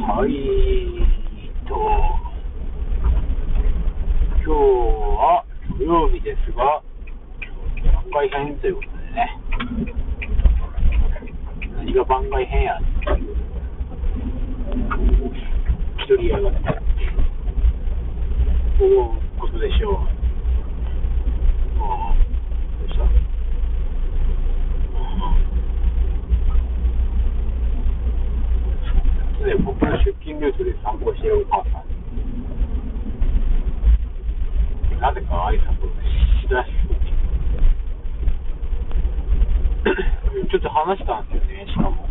はい、今日は土曜日ですが、番外編ということでね、何が番外編やっていう一人やがって思うことでしょう。どうした？僕の出勤ルートで散歩しているお母さん、なぜか挨拶をしだしちょっと話したんですよね。しかも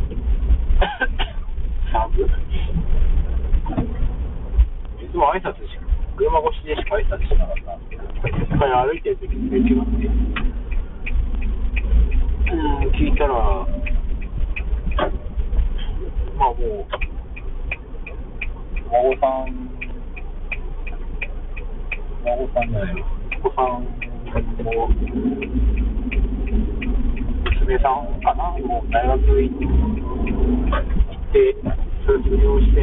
いつも挨拶しか車越しでしか挨拶しなかったんですけど、一回歩いてる時にすれ違って聞いたら、まあもうお子さんじゃないよ、お子さんも娘さんかな、もう大学行って卒業して、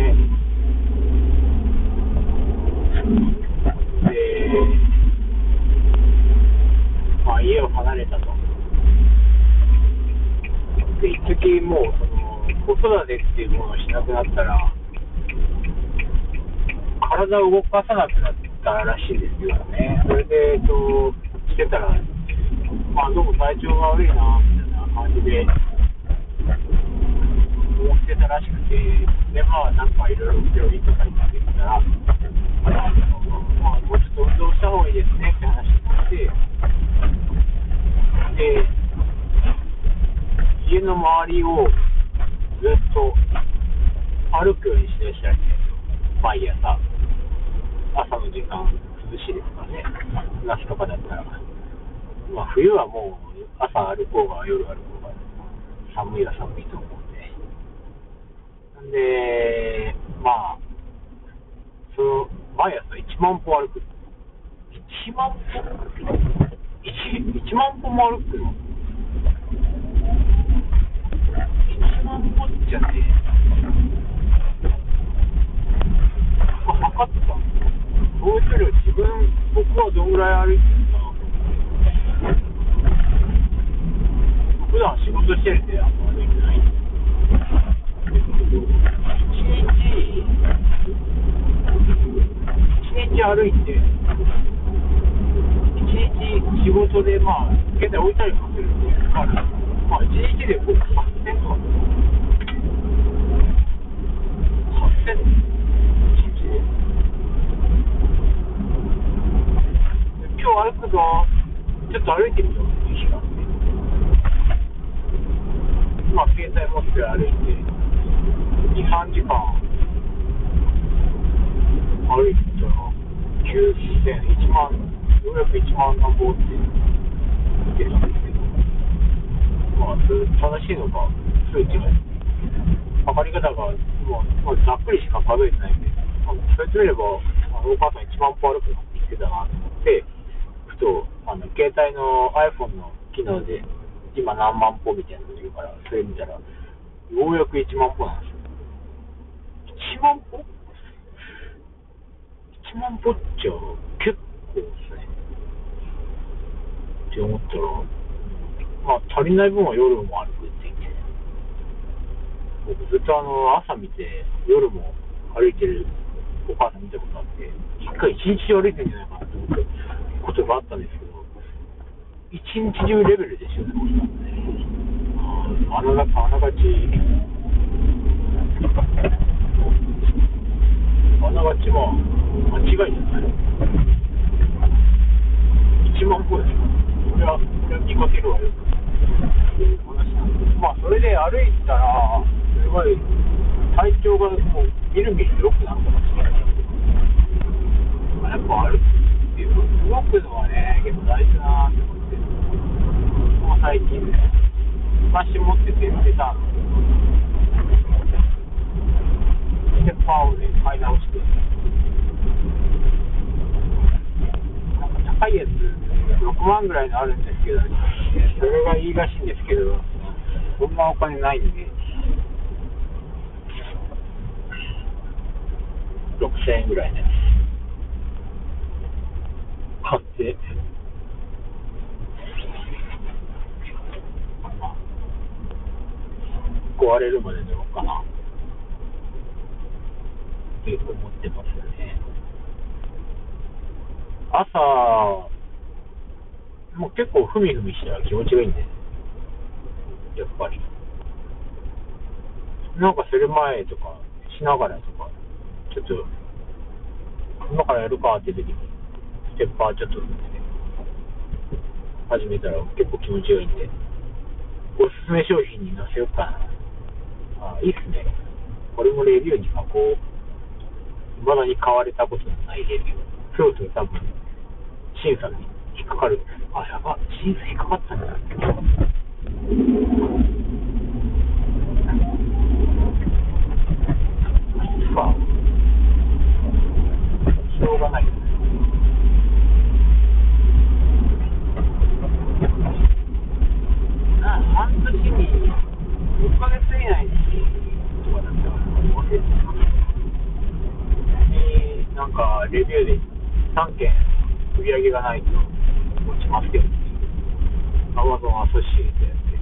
まあ、家を離れたと。で一時もうその子育てっていうものをしなくなったら体を動かさなくなったらしいんですよね。それでしてたら、まあどうも体調が悪いなみたいな感じで思ってたらしくて、でまあなんかいろいろ病院とかに行ってたら、まあもうちょっと運動した方がいいですねって話になって、で家の周りをずっと歩くようにしてらっしゃるんですよ。毎朝の時間涼しいですからね、夏とかだったら。まあ冬はもう朝歩こうが夜歩こうが寒いは寒いと思うんで、まあその毎朝1万歩歩く。1万歩1万歩も歩くの1万歩じゃねえ。測った。そうすると僕はどんぐらい歩いてるかなと思って。普段仕事してるんであんま歩いてないんですけど、1日歩いて、1日仕事でまあ携帯置いたりもするんで、まあ1日で僕8000とか8000今日歩くぞ、ちょっと歩いてみようっていう日があって、まあ携帯持って歩いて2、3時間歩いてたら1万、ようやく1万なんぼって出たんですけど、まあ正しいのか数値が測り方がもうざっくりしか数えてないんで、それと見ればお母さん1万歩歩くのって言ってたなと思って、ふと携帯の iPhone の機能で今何万歩みたいなのがいるから、それ見たらようやく1万歩なんですよ。1万歩1万歩っちゃ結構ですねって思ったら、まあ足りない分は夜も歩くって言って、僕ずっと朝見て夜も歩いてるお母さん見たことあって、一回一日歩いてるんじゃないかなと思ったことがあったんですけど、一日中レベルですよね、これはね。あながちまあ間違いじゃない。1万歩ですよ。これは見かけるわよという話なんです。まあそれで歩いたらすごい体調がもうみるみる良くなるかもしれないけど、やっぱ歩くっていう動くのはね結構大事だなと思って、もう最近昔持っててたステッパーをね買い直して、なんか高いやつ6万ぐらいのあるんですけど、それがいいらしいんですけど、そんなお金ないんで、 6000円ぐらいのやつ買って壊れるまで乗ろうかなって思ってますよね。朝もう結構ふみふみしたら気持ちがいいんで、やっぱりなんかする前とかしながらとか、ちょっと今からやるかっていう時にステッパーちょっと始めたら結構気持ちがいいんで、おすすめ商品に載せようかな。いいっすね。これもレビューに書こう。未だに買われたことのないレビュー。そうすると多分審査に引っかかる。やば、審査引っかかったんだ。しょうがない。半年に6ヶ月以内にとかだったら忘れてた。なんかレビューで3件売り上げがないと落ちますけど、Amazon アソシエイトやって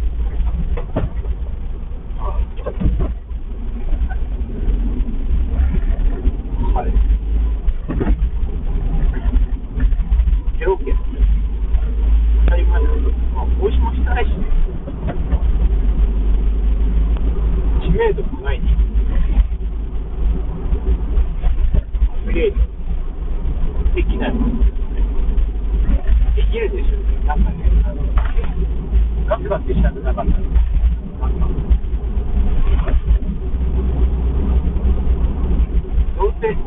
はい。ゼロ件当たり前だけど、更新もしたいしね。知名度もないし、アフィリエイトできないもんですね。できるでしょうね。なんかね、ガツガツしたくなかったら、なんか、どうせ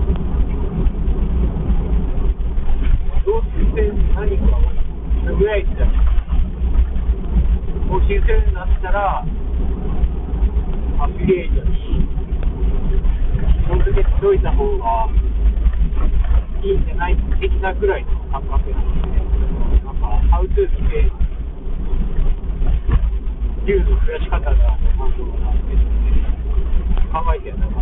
何かつぶやいてたり、更新するんだったら、アフィリエイトにその時届いた方がいいんじゃない的なぐらいの感覚なんで、なんかハウトゥー見てビューの増やし方が何とかなんて考えてやなかった。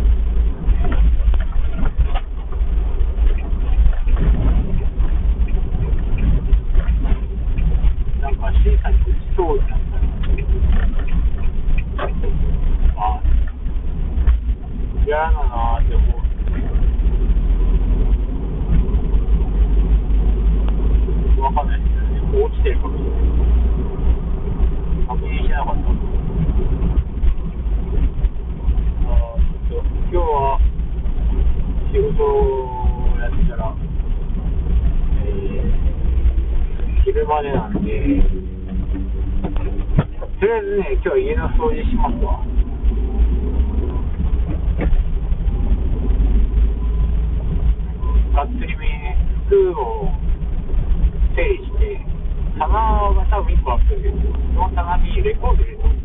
なんか審査に打ちそうだったら嫌だなって思う。わかんないですけどね、落ちてるかもしれない。確認しなかった。今日は仕事をやってたら、昼までなんで、とりあえずね、今日は家の掃除しますわ。がっつりめ服を整理して、棚が多分1個あるんですけど、その棚にレコード入れておく。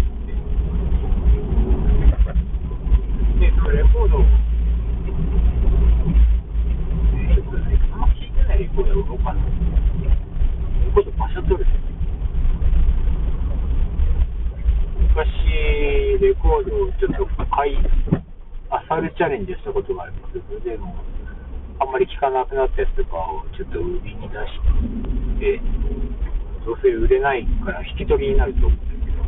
で、そのレコードをあんま聞いてないレコードを売ろうかな。レコード場所取る。昔レコードをちょっと漁るチャレンジしたことがありますけど、でもあんまり聞かなくなったやつとかをちょっと売りに出して、どうせ売れないから引き取りになると思うん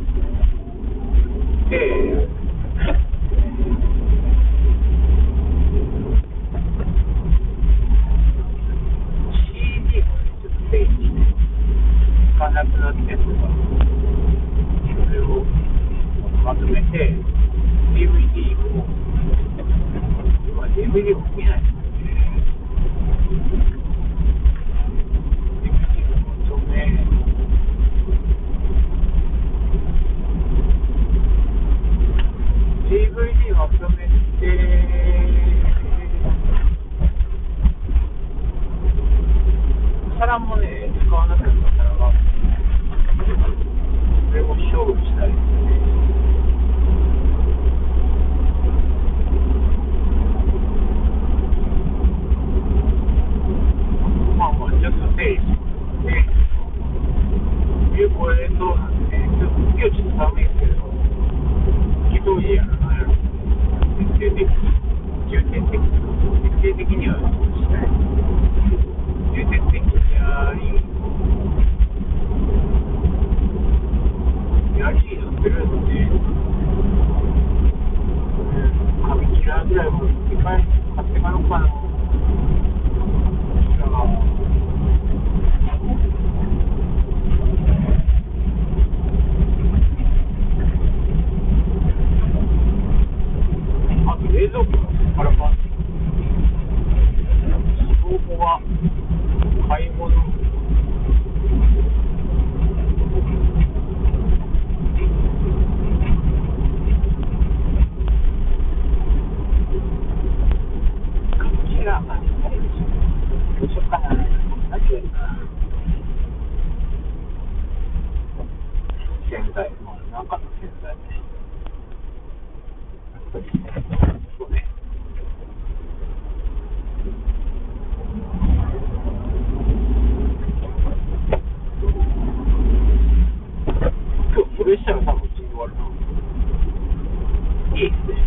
ですけど、CD もね、ちょっと整理して聞かなくなったやつとか、それをまとめて DVD も今 DVD も見ないですね。DVD まとめてお皿もね、使わなくなった皿がそれも勝負したいですね。 ってるんで、紙切らぐらいも一回買って帰ろうかな。じゃあ、あと冷蔵庫からか。そこは買い物。どうしようかな。何がいいかな。洗剤。まあ、中の洗剤。そうね。今日、それしたら多分、終わるな。いいですね。